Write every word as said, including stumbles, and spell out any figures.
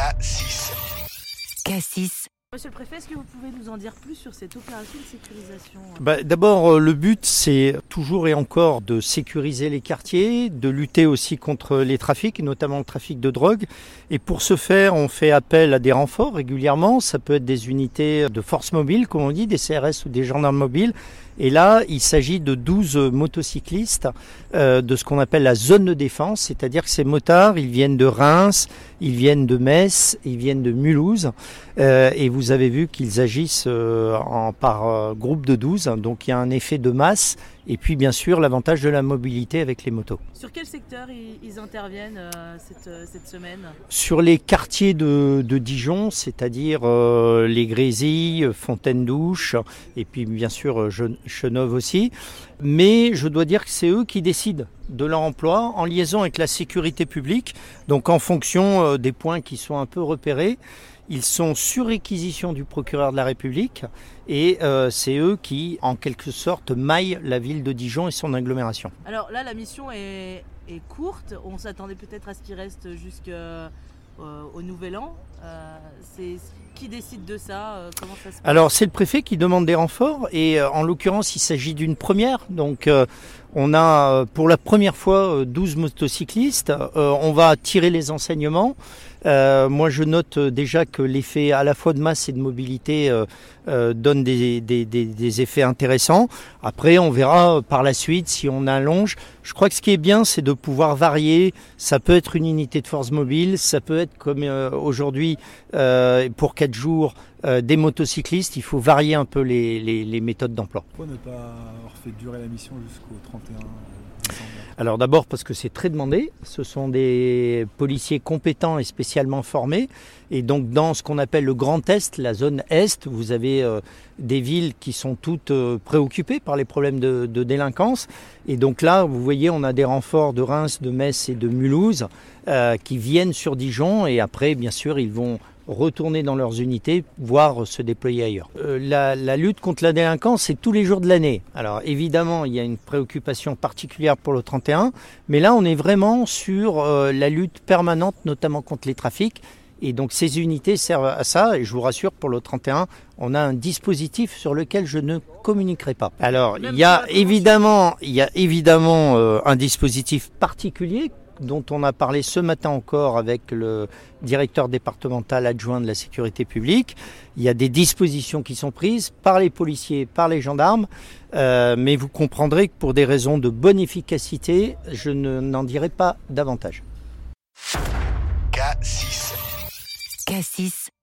six. K six. Monsieur le préfet, est-ce que vous pouvez nous en dire plus sur cette opération de sécurisation ? Bah, d'abord, le but, c'est toujours et encore de sécuriser les quartiers, de lutter aussi contre les trafics, notamment le trafic de drogue. Et pour ce faire, on fait appel à des renforts régulièrement. Ça peut être des unités de force mobile, comme on dit, des C R S ou des gendarmes mobiles. Et là, il s'agit de douze motocyclistes euh, de ce qu'on appelle la zone de défense, c'est-à-dire que ces motards, ils viennent de Reims, ils viennent de Metz, ils viennent de Mulhouse, euh, et vous avez vu qu'ils agissent euh, en, par euh, groupe de douze, donc il y a un effet de masse, et puis bien sûr l'avantage de la mobilité avec les motos. Sur quel secteur ils, ils interviennent euh, cette, cette semaine ? Sur les quartiers de, de Dijon, c'est-à-dire euh, les Grésilles, Fontaine-Douche, et puis bien sûr Chenôve aussi. Mais je dois dire que c'est eux qui décident de leur emploi en liaison avec la sécurité publique. Donc en fonction euh, des points qui sont un peu repérés, ils sont sur réquisition du procureur de la République et euh, c'est eux qui, en quelque sorte, maillent la ville de Dijon et son agglomération. Alors là, la mission est, est courte. On s'attendait peut-être à ce qu'il reste jusqu'au euh, Nouvel An. Euh, c'est qui décide de ça ? euh, Comment ça se passe ? Alors c'est le préfet qui demande des renforts et euh, en l'occurrence il s'agit d'une première. Donc euh, on a euh, pour la première fois euh, douze motocyclistes. Euh, on va tirer les enseignements. Euh, moi je note déjà que l'effet à la fois de masse et de mobilité euh, euh, donne des, des, des, des effets intéressants. Après on verra par la suite si on allonge. Je crois que ce qui est bien c'est de pouvoir varier. Ça peut être une unité de force mobile, ça peut être comme euh, aujourd'hui euh, pour quatre jours euh, des motocyclistes. Il faut varier un peu les, les, les méthodes d'emploi. Pourquoi ne pas avoir fait durer la mission jusqu'au trente et un décembre ? Alors d'abord parce que c'est très demandé, ce sont des policiers compétents et spécialement formés et donc dans ce qu'on appelle le Grand Est, la zone Est, vous avez euh, des villes qui sont toutes euh, préoccupées par les problèmes de, de délinquance et donc là vous voyez on a des renforts de Reims, de Metz et de Mulhouse euh, qui viennent sur Dijon et après bien sûr ils vont retourner dans leurs unités, voire se déployer ailleurs. Euh, la, la lutte contre la délinquance, c'est tous les jours de l'année. Alors évidemment, il y a une préoccupation particulière pour le trente et un, mais là, on est vraiment sur euh, la lutte permanente, notamment contre les trafics. Et donc ces unités servent à ça, et je vous rassure, pour le trente et un, on a un dispositif sur lequel je ne communiquerai pas. Alors il y a évidemment, il y a évidemment euh, un dispositif particulier dont on a parlé ce matin encore avec le directeur départemental adjoint de la sécurité publique. Il y a des dispositions qui sont prises par les policiers, par les gendarmes, euh, mais vous comprendrez que pour des raisons de bonne efficacité, je ne, n'en dirai pas davantage. K six. K six.